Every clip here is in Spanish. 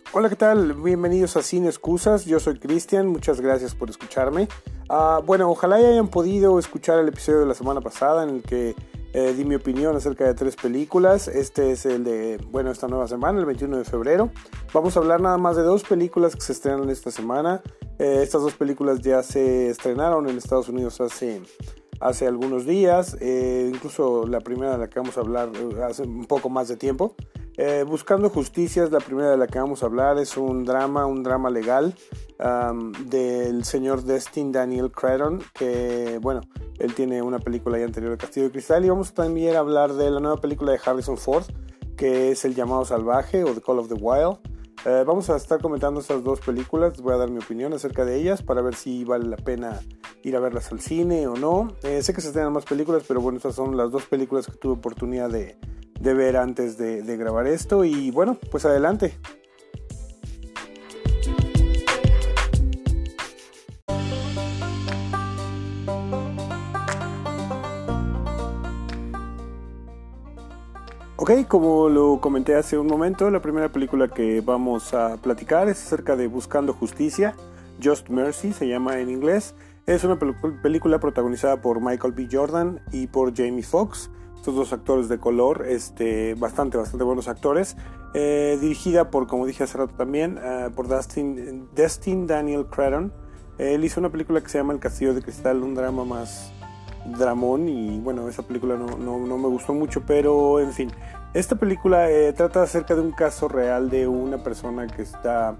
Hola, ¿qué tal? Bienvenidos a Sin Excusas, yo soy Cristian, muchas gracias por escucharme. Bueno, ojalá ya hayan podido escuchar el episodio de la semana pasada en el que di mi opinión acerca de 3 películas. Este es el de, esta nueva semana, el 21 de febrero. Vamos a hablar nada más de 2 películas que se estrenan esta semana. Estas 2 películas ya se estrenaron en Estados Unidos hace algunos días, incluso la primera de la que vamos a hablar hace un poco más de tiempo. Buscando Justicia es la primera de la que vamos a hablar. Es un drama legal del señor Destin Daniel Cretton, que él tiene una película ya anterior, El Castillo de Cristal, y vamos también a hablar de la nueva película de Harrison Ford, que es El Llamado Salvaje o The Call of the Wild. Vamos a estar comentando estas 2 películas, voy a dar mi opinión acerca de ellas para ver si vale la pena ir a verlas al cine o no. Sé que se estrenan más películas, pero estas son las 2 películas que tuve oportunidad de ver antes de grabar esto, y pues adelante. Ok, como lo comenté hace un momento, la primera película que vamos a platicar es acerca de Buscando Justicia, Just Mercy se llama en inglés. Es una película protagonizada por Michael B. Jordan y por Jamie Foxx. Estos 2 actores de color, bastante buenos actores. Dirigida por, como dije hace rato también, por Destin Daniel Cretton. Él hizo una película que se llama El Castillo de Cristal, un drama más dramón, y esa película no me gustó mucho, pero en fin. Esta película trata acerca de un caso real de una persona que está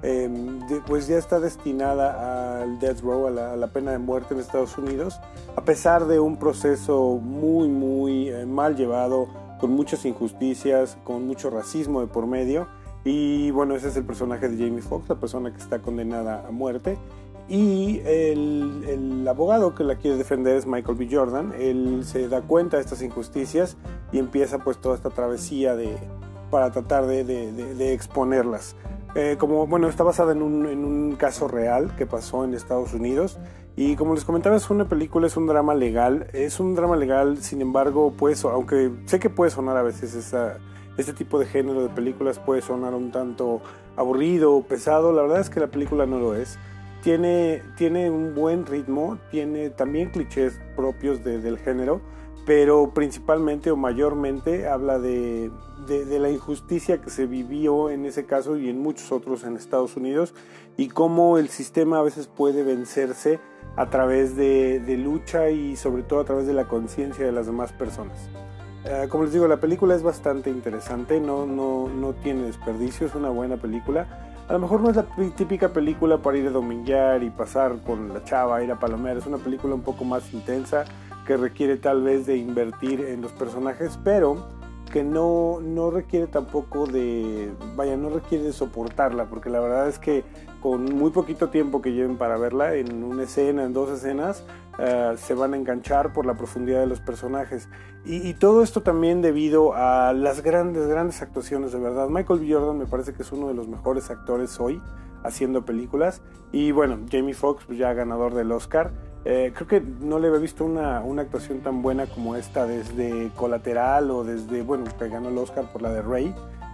ya está destinada al death row, a la pena de muerte en Estados Unidos, a pesar de un proceso muy mal llevado, con muchas injusticias, con mucho racismo de por medio. Y ese es el personaje de Jamie Foxx, la persona que está condenada a muerte, y el abogado que la quiere defender es Michael B. Jordan. Él se da cuenta de estas injusticias y empieza toda esta travesía para tratar de exponerlas. Está basada en un caso real que pasó en Estados Unidos, y como les comentaba, es una película, es un drama legal, sin embargo, aunque sé que puede sonar a veces este tipo de género de películas puede sonar un tanto aburrido o pesado, la verdad es que la película no lo es. Tiene un buen ritmo, tiene también clichés propios del género, pero principalmente o mayormente habla de la injusticia que se vivió en ese caso y en muchos otros en Estados Unidos, y cómo el sistema a veces puede vencerse a través de lucha y sobre todo a través de la conciencia de las demás personas. Como les digo, la película es bastante interesante, no tiene desperdicio, es una buena película. A lo mejor no es la típica película para ir a dominguear y pasar con la chava, ir a palomear. Es una película un poco más intensa, que requiere tal vez de invertir en los personajes, pero que no requiere tampoco no requiere de soportarla, porque la verdad es que con muy poquito tiempo que lleven para verla, en una escena, en 2 escenas, se van a enganchar por la profundidad de los personajes, y todo esto también debido a las grandes actuaciones, de verdad. Michael B. Jordan me parece que es uno de los mejores actores hoy haciendo películas, y Jamie Foxx ya ganador del Oscar. Creo que no le había visto una actuación tan buena como esta desde Colateral, o desde, que ganó el Oscar por la de Ray.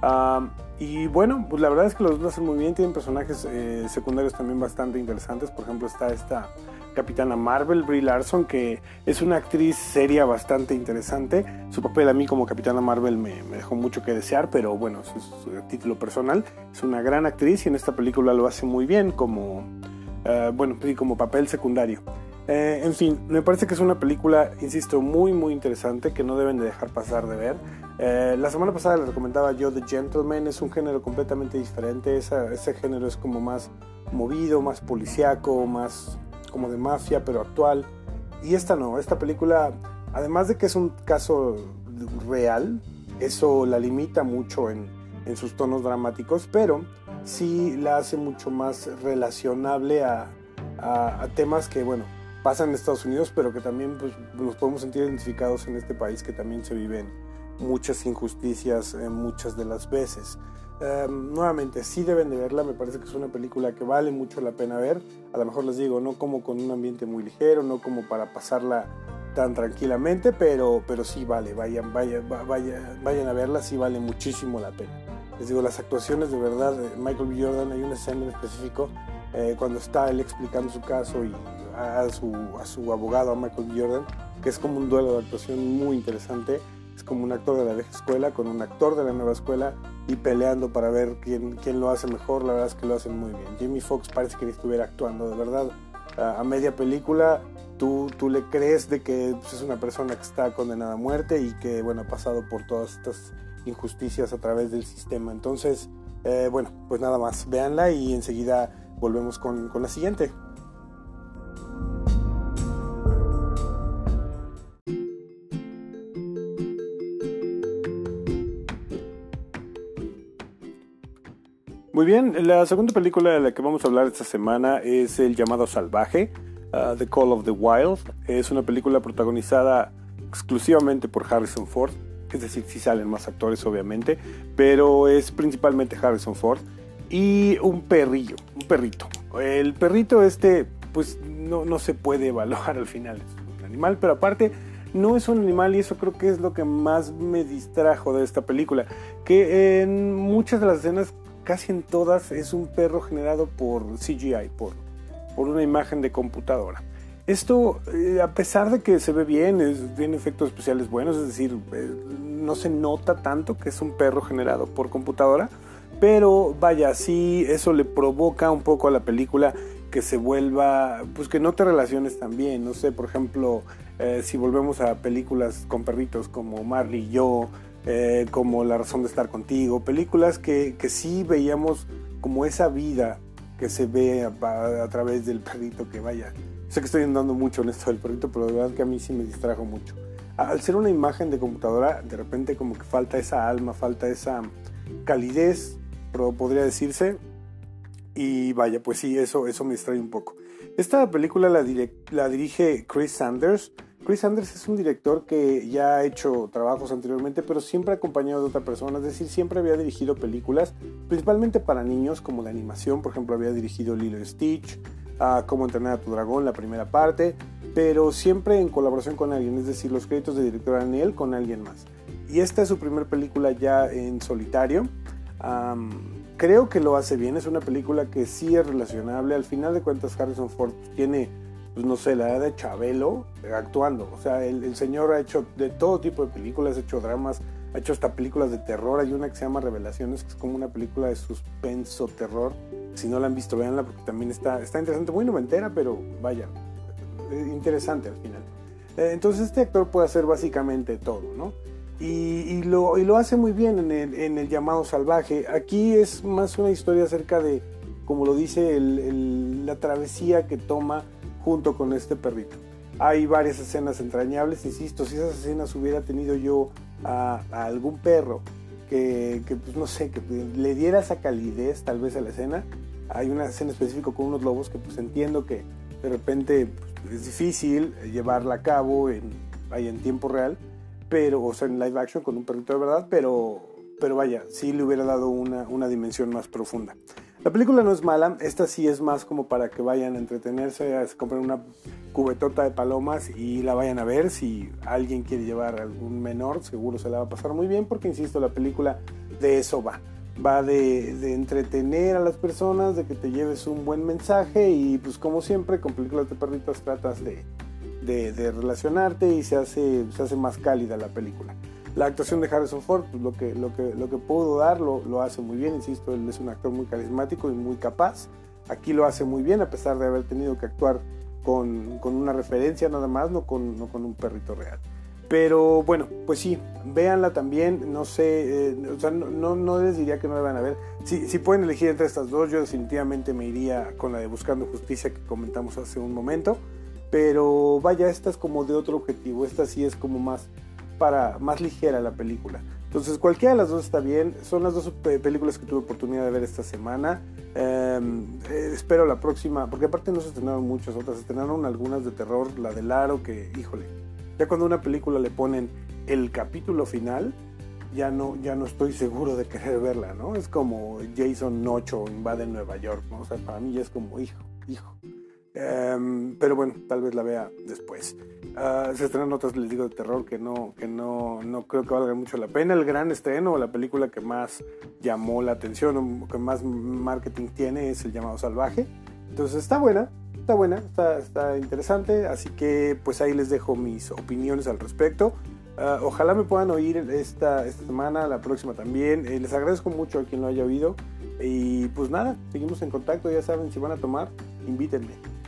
La verdad es que los 2 lo hacen muy bien, tienen personajes secundarios también bastante interesantes. Por ejemplo, está esta Capitana Marvel, Brie Larson, que es una actriz seria bastante interesante. Su papel a mí como Capitana Marvel me dejó mucho que desear, pero eso es su título personal. Es una gran actriz y en esta película lo hace muy bien como papel secundario. En fin, me parece que es una película, insisto, muy interesante, que no deben de dejar pasar de ver. La semana pasada les recomendaba yo The Gentleman. Es un género completamente diferente. Ese género es como más movido, más policíaco, más como de mafia, pero actual. Y esta película, además de que es un caso real, eso la limita mucho en sus tonos dramáticos, pero sí la hace mucho más relacionable a temas que, pasan en Estados Unidos, pero que también nos podemos sentir identificados en este país, que también se viven muchas injusticias muchas de las veces. Nuevamente, sí deben de verla. Me parece que es una película que vale mucho la pena ver. A lo mejor les digo, no como con un ambiente muy ligero, no como para pasarla tan tranquilamente, pero sí vale, vayan a verla, sí vale muchísimo la pena. les digo, las actuaciones de verdad, Michael B. Jordan, hay una escena en específico cuando está él explicando su caso y a su abogado, a Michael B. Jordan, que es como un duelo de actuación muy interesante. Es como un actor de la vieja escuela con un actor de la nueva escuela y peleando para ver quién lo hace mejor. La verdad es que lo hacen muy bien. Jamie Foxx parece que ni estuviera actuando, de verdad. A media película tú le crees de que pues, es una persona que está condenada a muerte y que bueno, ha pasado por todas estas injusticias a través del sistema. Entonces, bueno, pues nada más, véanla y enseguida volvemos con la siguiente. Muy bien, la segunda película de la que vamos a hablar esta semana es El llamado salvaje, The Call of the Wild. Es una película protagonizada exclusivamente por Harrison Ford, es decir, sí salen más actores obviamente, pero es principalmente Harrison Ford y un perrito. El perrito pues no se puede evaluar al final, es un animal, pero aparte no es un animal y eso creo que es lo que más me distrajo de esta película, que en muchas de las escenas, casi en todas, es un perro generado por CGI, por una imagen de computadora. Esto, a pesar de que se ve bien, tiene efectos especiales buenos, es decir, no se nota tanto que es un perro generado por computadora, pero vaya, sí, eso le provoca un poco a la película que se vuelva, pues que no te relaciones tan bien. No sé, por ejemplo, si volvemos a películas con perritos como Marley y yo, como La razón de estar contigo, películas que sí veíamos como esa vida que se ve a través del perrito, que vaya, sé que estoy andando mucho en esto del perrito, pero de verdad que a mí sí me distrajo mucho. Al ser una imagen de computadora, de repente como que falta esa alma, falta esa calidez, podría decirse, y vaya, pues sí, eso me distrae un poco. Esta película la dirige Chris Sanders. Chris Sanders es un director que ya ha hecho trabajos anteriormente, pero siempre acompañado de otra persona, es decir, siempre había dirigido películas, principalmente para niños, como de animación. Por ejemplo, había dirigido Lilo y Stitch, Cómo entrenar a tu dragón, la primera parte, pero siempre en colaboración con alguien, es decir, los créditos de director eran él con alguien más. Y esta es su primera película ya en solitario. Creo que lo hace bien, es una película que sí es relacionable. Al final de cuentas, Harrison Ford tiene, pues no sé, la edad de Chabelo actuando. O sea, el señor ha hecho de todo tipo de películas, ha hecho dramas, ha hecho hasta películas de terror. Hay una que se llama Revelaciones, que es como una película de suspenso, terror. Si no la han visto, véanla, porque también está interesante, muy noventera, pero vaya, interesante al final. Entonces este actor puede hacer básicamente todo, ¿no? Y lo hace muy bien en el llamado salvaje. Aquí es más una historia acerca de, como lo dice, la travesía que toma junto con este perrito. Hay varias escenas entrañables, insisto, si esas escenas hubiera tenido yo a algún perro que pues no sé, que le diera esa calidez tal vez a la escena. Hay una escena específica con unos lobos que pues entiendo que de repente pues, es difícil llevarla a cabo en tiempo real, pero, o sea, en live action con un perrito de verdad, pero vaya, sí le hubiera dado una dimensión más profunda. La película no es mala, esta sí es más como para que vayan a entretenerse, a comprar una cubetota de palomas y la vayan a ver. Si alguien quiere llevar a algún menor, seguro se la va a pasar muy bien, porque insisto, la película de eso va de entretener a las personas, de que te lleves un buen mensaje, y pues como siempre con películas de perritos tratas de relacionarte y se hace más cálida la película. La actuación de Harrison Ford, pues lo que pudo dar lo hace muy bien, insisto, él es un actor muy carismático y muy capaz. Aquí lo hace muy bien, a pesar de haber tenido que actuar con una referencia nada más, no con un perrito real. Pero bueno, pues sí, véanla también. No sé, o sea, no les diría que no la van a ver. Si pueden elegir entre estas dos, yo definitivamente me iría con la de Buscando Justicia que comentamos hace un momento. Pero vaya, esta es como de otro objetivo, esta sí es como más ligera la película. Entonces cualquiera de las dos está bien. Son las dos películas que tuve oportunidad de ver esta semana. Espero la próxima, porque aparte no se estrenaron muchas otras, se estrenaron algunas de terror, la de Aro, que híjole, ya cuando a una película le ponen el capítulo final, ya no estoy seguro de querer verla, ¿no? Es como Jason 8 invade Nueva York, ¿no? O sea, para mí ya es como hijo. Pero bueno, tal vez la vea después. Se estrenan otras, les digo, de terror que no creo que valga mucho la pena. El gran estreno, o la película que más llamó la atención, o que más marketing tiene, es El Llamado Salvaje. Entonces está interesante. Así que pues ahí les dejo mis opiniones al respecto. Ojalá me puedan oír esta semana, la próxima también. Les agradezco mucho a quien lo haya oído. Y pues nada, seguimos en contacto. Ya saben, si van a tomar, invítenme.